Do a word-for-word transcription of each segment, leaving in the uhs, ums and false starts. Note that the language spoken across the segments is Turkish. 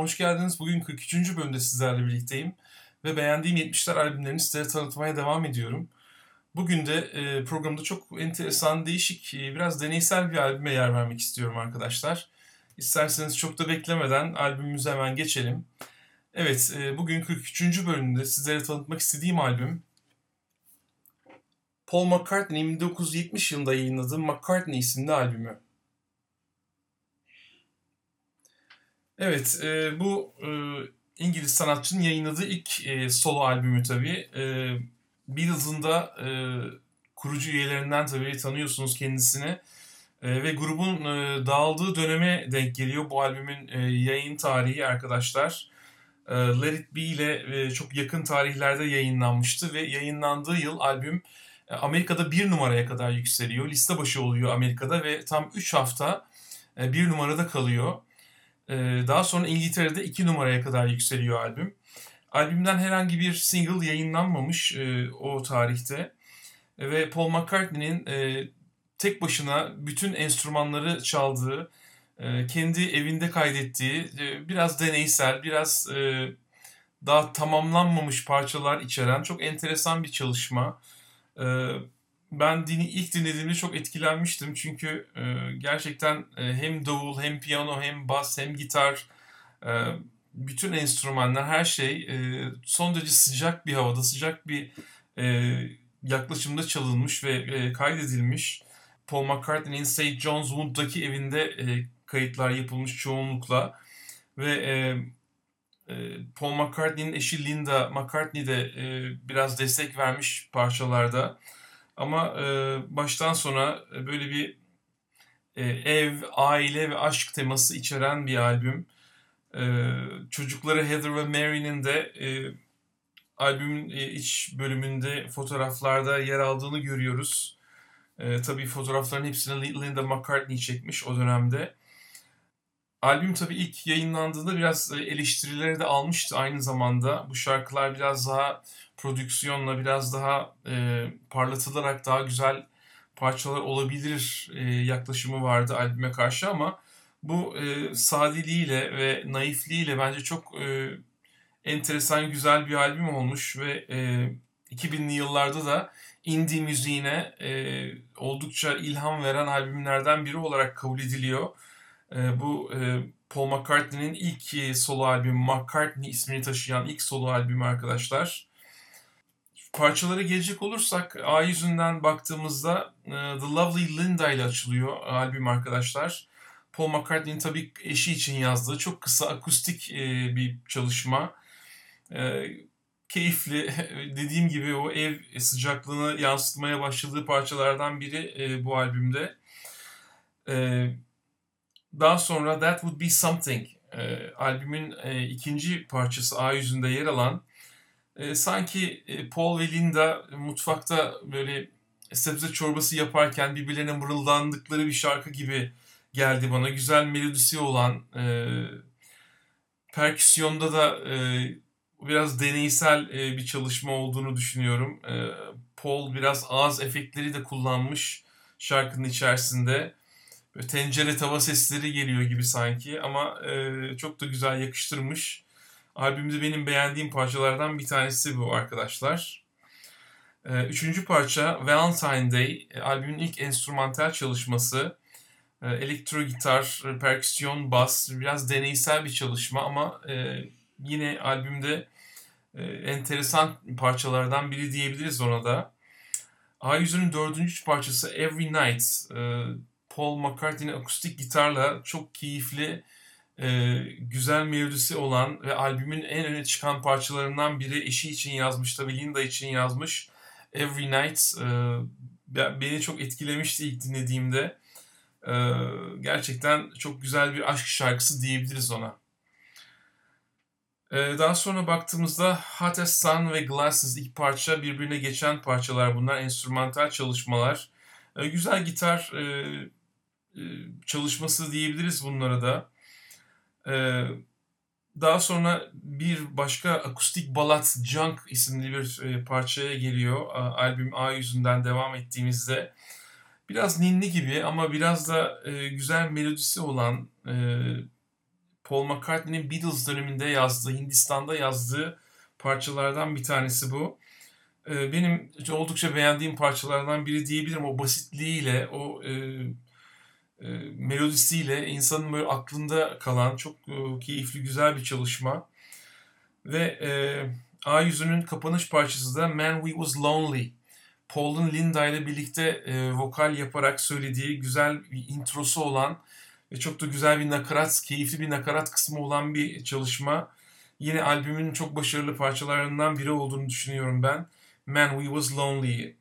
hoş geldiniz. Bugün kırk üçüncü bölümde sizlerle birlikteyim ve beğendiğim yetmişler albümlerini sizlere tanıtmaya devam ediyorum. Bugün de e, programda çok enteresan, değişik, e, biraz deneysel bir albüme yer vermek istiyorum arkadaşlar. İsterseniz çok da beklemeden albümümüze hemen geçelim. Evet, e, bugün kırk üçüncü bölümde sizlere tanıtmak istediğim albüm Paul McCartney'in bin dokuz yüz yetmiş yılında yayınladığı McCartney isimli albümü. Evet, e, bu e, İngiliz sanatçının yayınladığı ilk e, solo albümü tabii. E, Beatles'ın da e, kurucu üyelerinden tabii tanıyorsunuz kendisini. E, ve grubun e, dağıldığı döneme denk geliyor bu albümün e, yayın tarihi arkadaşlar. E, Let It Be ile e, çok yakın tarihlerde yayınlanmıştı ve yayınlandığı yıl albüm e, Amerika'da bir numaraya kadar yükseliyor. Liste başı oluyor Amerika'da ve tam üç hafta e, bir numarada kalıyor. Daha sonra İngiltere'de iki numaraya kadar yükseliyor albüm. Albümden herhangi bir single yayınlanmamış e, o tarihte. E, ve Paul McCartney'nin e, tek başına bütün enstrümanları çaldığı, e, kendi evinde kaydettiği, e, biraz deneysel, biraz e, daha tamamlanmamış parçalar içeren çok enteresan bir çalışma. E, Ben dini ilk dinlediğimde çok etkilenmiştim çünkü e, gerçekten e, hem davul hem piyano hem bas hem gitar e, bütün enstrümanlar her şey e, son derece sıcak bir havada sıcak bir e, yaklaşımda çalınmış ve e, kaydedilmiş. Paul McCartney'nin Saint John's Wood'daki evinde e, kayıtlar yapılmış çoğunlukla ve e, e, Paul McCartney'nin eşi Linda McCartney de e, biraz destek vermiş parçalarda. Ama e, baştan sona e, böyle bir e, ev, aile ve aşk teması içeren bir albüm. E, çocukları Heather ve Mary'nin de e, albümün e, iç bölümünde fotoğraflarda yer aldığını görüyoruz. E, tabii fotoğrafların hepsini Linda McCartney çekmiş o dönemde. Albüm tabii ilk yayınlandığında biraz eleştirileri de almıştı aynı zamanda. Bu şarkılar biraz daha prodüksiyonla, biraz daha e, parlatılarak daha güzel parçalar olabilir e, yaklaşımı vardı albüme karşı ama bu e, sadeliğiyle ve naifliğiyle bence çok e, enteresan, güzel bir albüm olmuş ve e, iki binli yıllarda da indie müziğine e, oldukça ilham veren albümlerden biri olarak kabul ediliyor. E, bu e, Paul McCartney'nin ilk e, solo albümü, McCartney ismini taşıyan ilk solo albümü arkadaşlar. Parçalara gelecek olursak A yüzünden baktığımızda e, The Lovely Linda ile açılıyor albüm arkadaşlar. Paul McCartney'nin tabii eşi için yazdığı çok kısa akustik e, bir çalışma. E, keyifli, dediğim gibi o ev sıcaklığını yansıtmaya başladığı parçalardan biri e, bu albümde. E, Daha sonra That Would Be Something e, albümün e, ikinci parçası A yüzünde yer alan e, sanki e, Paul ve Linda mutfakta böyle sebze çorbası yaparken birbirlerine mırıldandıkları bir şarkı gibi geldi bana. Güzel melodisi olan e, perküsyonda da e, biraz deneysel e, bir çalışma olduğunu düşünüyorum. E, Paul biraz ağız efektleri de kullanmış şarkının içerisinde. Böyle tencere tava sesleri geliyor gibi sanki ama e, çok da güzel yakıştırmış. Albümde benim beğendiğim parçalardan bir tanesi bu arkadaşlar. E, üçüncü parça Valentine Day, e, albümün ilk enstrümantal çalışması. E, elektro gitar, e, perküsyon, bas, biraz deneysel bir çalışma ama e, yine albümde e, enteresan parçalardan biri diyebiliriz ona da. A yüzünün dördüncü parçası Every Night, e, Paul McCartney'nin akustik gitarla çok keyifli, e, güzel melodisi olan ve albümün en öne çıkan parçalarından biri eşi için yazmış, tabii Linda için yazmış. Every Night e, beni çok etkilemişti ilk dinlediğimde. E, gerçekten çok güzel bir aşk şarkısı diyebiliriz ona. E, daha sonra baktığımızda Hot as Sun ve Glasses ilk parça birbirine geçen parçalar bunlar, enstrümantal çalışmalar. E, güzel gitar e, çalışması diyebiliriz bunlara da. Ee, daha sonra bir başka akustik balat Junk isimli bir e, parçaya geliyor. A, albüm A yüzünden devam ettiğimizde. Biraz ninni gibi ama biraz da e, güzel melodisi olan, e, Paul McCartney'nin Beatles döneminde yazdığı, Hindistan'da yazdığı parçalardan bir tanesi bu. E, benim oldukça beğendiğim parçalardan biri diyebilirim. O basitliğiyle, o e, e, melodisiyle insanın böyle aklında kalan çok e, keyifli, güzel bir çalışma. Ve e, A Yüzü'nün kapanış parçası da Man We Was Lonely. Paul'un Linda ile birlikte e, vokal yaparak söylediği güzel bir introsu olan ve çok da güzel bir nakarat, keyifli bir nakarat kısmı olan bir çalışma. Yine albümün çok başarılı parçalarından biri olduğunu düşünüyorum ben. Man We Was Lonely.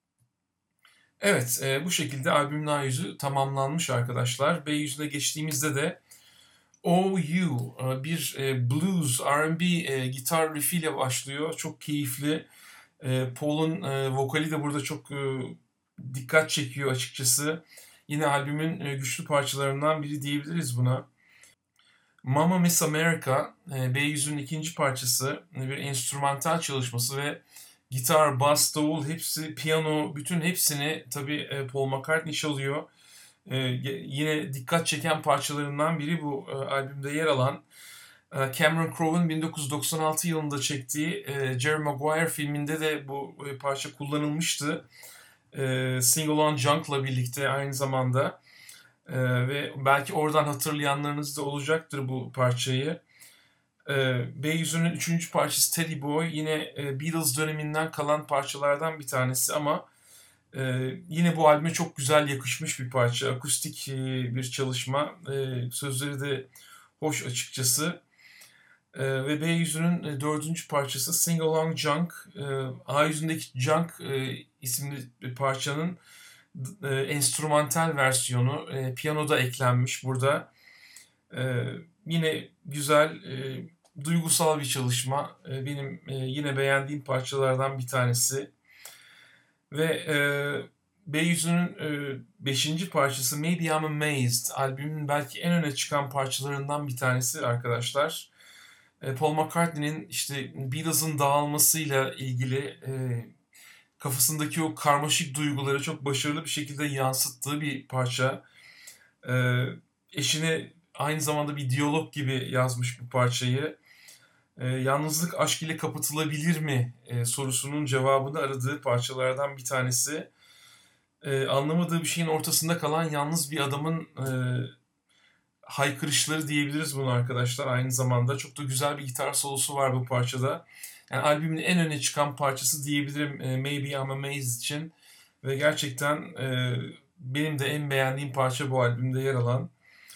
Evet, e, bu şekilde albümün A yüzü tamamlanmış arkadaşlar. B yüzüne geçtiğimizde de Oh You e, bir e, blues, R and B e, gitar riffiyle başlıyor. Çok keyifli. E, Paul'un e, vokali de burada çok e, dikkat çekiyor açıkçası. Yine albümün e, güçlü parçalarından biri diyebiliriz buna. Mama Miss America, e, B yüzünün ikinci parçası. E, bir enstrümantal çalışması ve gitar, bass, davul hepsi, piyano, bütün hepsini tabii e, Paul McCartney çalıyor. E, yine dikkat çeken parçalarından biri bu e, albümde yer alan e, Cameron Crowe'un bin dokuz yüz doksan altı yılında çektiği e, Jerry Maguire filminde de bu e, parça kullanılmıştı. E, Sing Along Junk'la birlikte aynı zamanda. E, ve belki oradan hatırlayanlarınız da olacaktır bu parçayı. E, B yüzünün üçüncü parçası Teddy Boy yine e, Beatles döneminden kalan parçalardan bir tanesi ama e, yine bu albüme çok güzel yakışmış bir parça. Akustik e, bir çalışma. E, sözleri de hoş açıkçası. E, ve B yüzünün e, dördüncü parçası Sing Along Junk. E, A yüzündeki Junk e, isimli bir parçanın e, enstrümantal versiyonu. E, piyanoda eklenmiş burada. E, yine güzel, e, duygusal bir çalışma. E, benim e, yine beğendiğim parçalardan bir tanesi. Ve e, B yüzünün e, beşinci parçası Maybe I'm Amazed. Albümün belki en öne çıkan parçalarından bir tanesi arkadaşlar. E, Paul McCartney'nin işte Beatles'ın dağılmasıyla ilgili e, kafasındaki o karmaşık duyguları çok başarılı bir şekilde yansıttığı bir parça. E, eşine aynı zamanda bir diyalog gibi yazmış bu parçayı. E, yalnızlık aşk ile kapatılabilir mi e, sorusunun cevabını aradığı parçalardan bir tanesi. E, anlamadığı bir şeyin ortasında kalan yalnız bir adamın e, haykırışları diyebiliriz bunu arkadaşlar. Aynı zamanda çok da güzel bir gitar solosu var bu parçada. Yani albümün en öne çıkan parçası diyebilirim e, Maybe I'm Amazed için. Ve gerçekten e, benim de en beğendiğim parça bu albümde yer alan.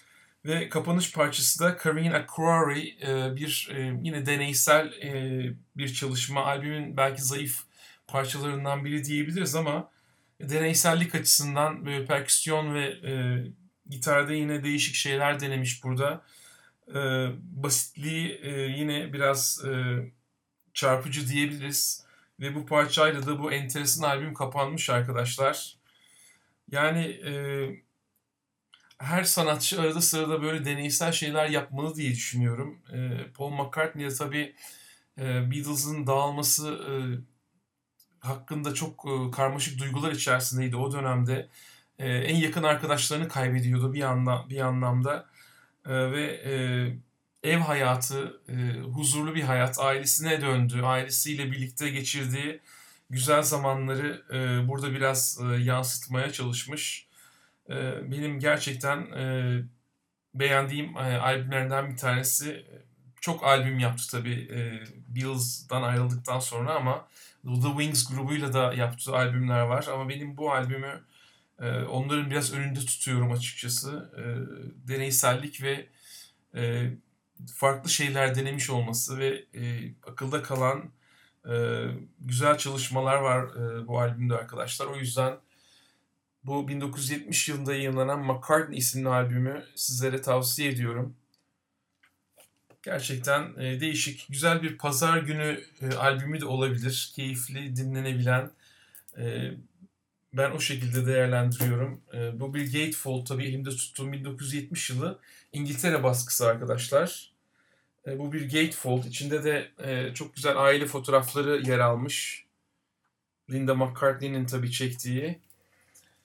Ve kapanış parçası da Carina Quarry e, bir e, yine deneysel e, bir çalışma. Albümün belki zayıf parçalarından biri diyebiliriz ama deneysellik açısından böyle perküsyon ve e, gitarda yine değişik şeyler denemiş burada. E, basitliği e, yine biraz e, çarpıcı diyebiliriz. Ve bu parçayla da bu enteresan albüm kapanmış arkadaşlar. Yani e, her sanatçı arada sırada böyle deneysel şeyler yapmalı diye düşünüyorum. E, Paul McCartney de tabii e, Beatles'ın dağılması e, hakkında çok e, karmaşık duygular içerisindeydi o dönemde. E, en yakın arkadaşlarını kaybediyordu bir anla, bir anlamda. E, ve e, ev hayatı, e, huzurlu bir hayat, ailesine döndü. Ailesiyle birlikte geçirdiği güzel zamanları e, burada biraz e, yansıtmaya çalışmış. E, benim gerçekten e, beğendiğim e, albümlerinden bir tanesi. Çok albüm yaptı tabii e, Beatles'dan ayrıldıktan sonra ama The Wings grubuyla da yaptığı albümler var. Ama benim bu albümü e, onların biraz önünde tutuyorum açıkçası. E, deneysellik ve e, farklı şeyler denemiş olması ve e, akılda kalan e, güzel çalışmalar var e, bu albümde arkadaşlar. O yüzden bu bin dokuz yüz yetmiş yılında yayınlanan McCartney isimli albümü sizlere tavsiye ediyorum. Gerçekten e, değişik, güzel bir pazar günü e, albümü de olabilir. Keyifli, dinlenebilen. E, ben o şekilde değerlendiriyorum. E, bu bir gatefold tabii elimde tuttuğum bin dokuz yüz yetmiş yılı İngiltere baskısı arkadaşlar. E, bu bir gatefold. İçinde de e, çok güzel aile fotoğrafları yer almış. Linda McCartney'nin tabii çektiği.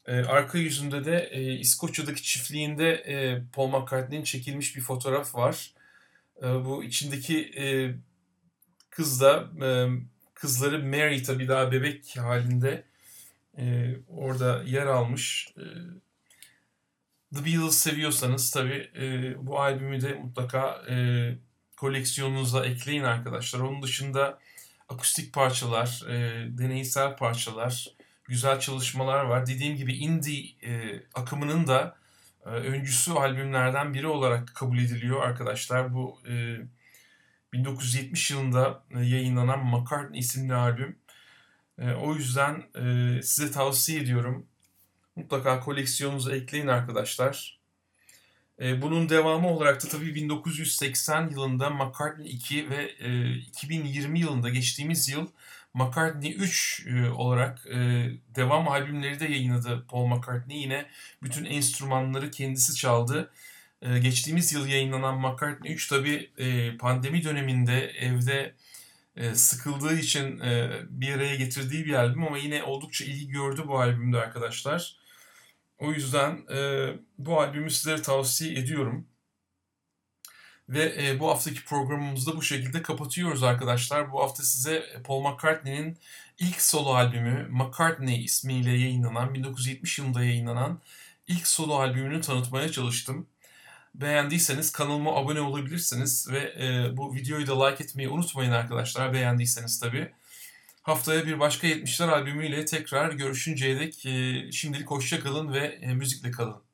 E, arka yüzünde de e, İskoçya'daki çiftliğinde e, Paul McCartney'nin çekilmiş bir fotoğraf var. E, bu içindeki e, kız da e, kızları Mary tabii daha bebek halinde e, orada yer almış. E, The Beatles seviyorsanız tabii e, bu albümü de mutlaka e, koleksiyonunuza ekleyin arkadaşlar. Onun dışında akustik parçalar, e, deneysel parçalar, güzel çalışmalar var. Dediğim gibi indie e, akımının da e, öncüsü albümlerden biri olarak kabul ediliyor arkadaşlar. Bu e, bin dokuz yüz yetmiş yılında e, yayınlanan McCartney isimli albüm. E, o yüzden e, size tavsiye ediyorum. Mutlaka koleksiyonunuza ekleyin arkadaşlar. E, bunun devamı olarak da tabii bin dokuz yüz seksen yılında McCartney iki ve e, iki bin yirmi yılında geçtiğimiz yıl McCartney üç e, olarak e, devam albümleri de yayınladı Paul McCartney. Yine bütün enstrümanları kendisi çaldı. E, geçtiğimiz yıl yayınlanan McCartney üç tabii e, pandemi döneminde evde e, sıkıldığı için e, bir araya getirdiği bir albüm ama yine oldukça ilgi gördü bu albümde arkadaşlar. O yüzden e, bu albümü sizlere tavsiye ediyorum. Ve e, bu haftaki programımızı da bu şekilde kapatıyoruz arkadaşlar. Bu hafta size Paul McCartney'nin ilk solo albümü McCartney ismiyle yayınlanan, bin dokuz yüz yetmiş yılında yayınlanan ilk solo albümünü tanıtmaya çalıştım. Beğendiyseniz kanalıma abone olabilirsiniz ve e, bu videoyu da like etmeyi unutmayın arkadaşlar, beğendiyseniz tabii. Haftaya bir başka yetmişler albümüyle tekrar görüşünceye dek e, şimdilik hoşça kalın ve e, müzikle kalın.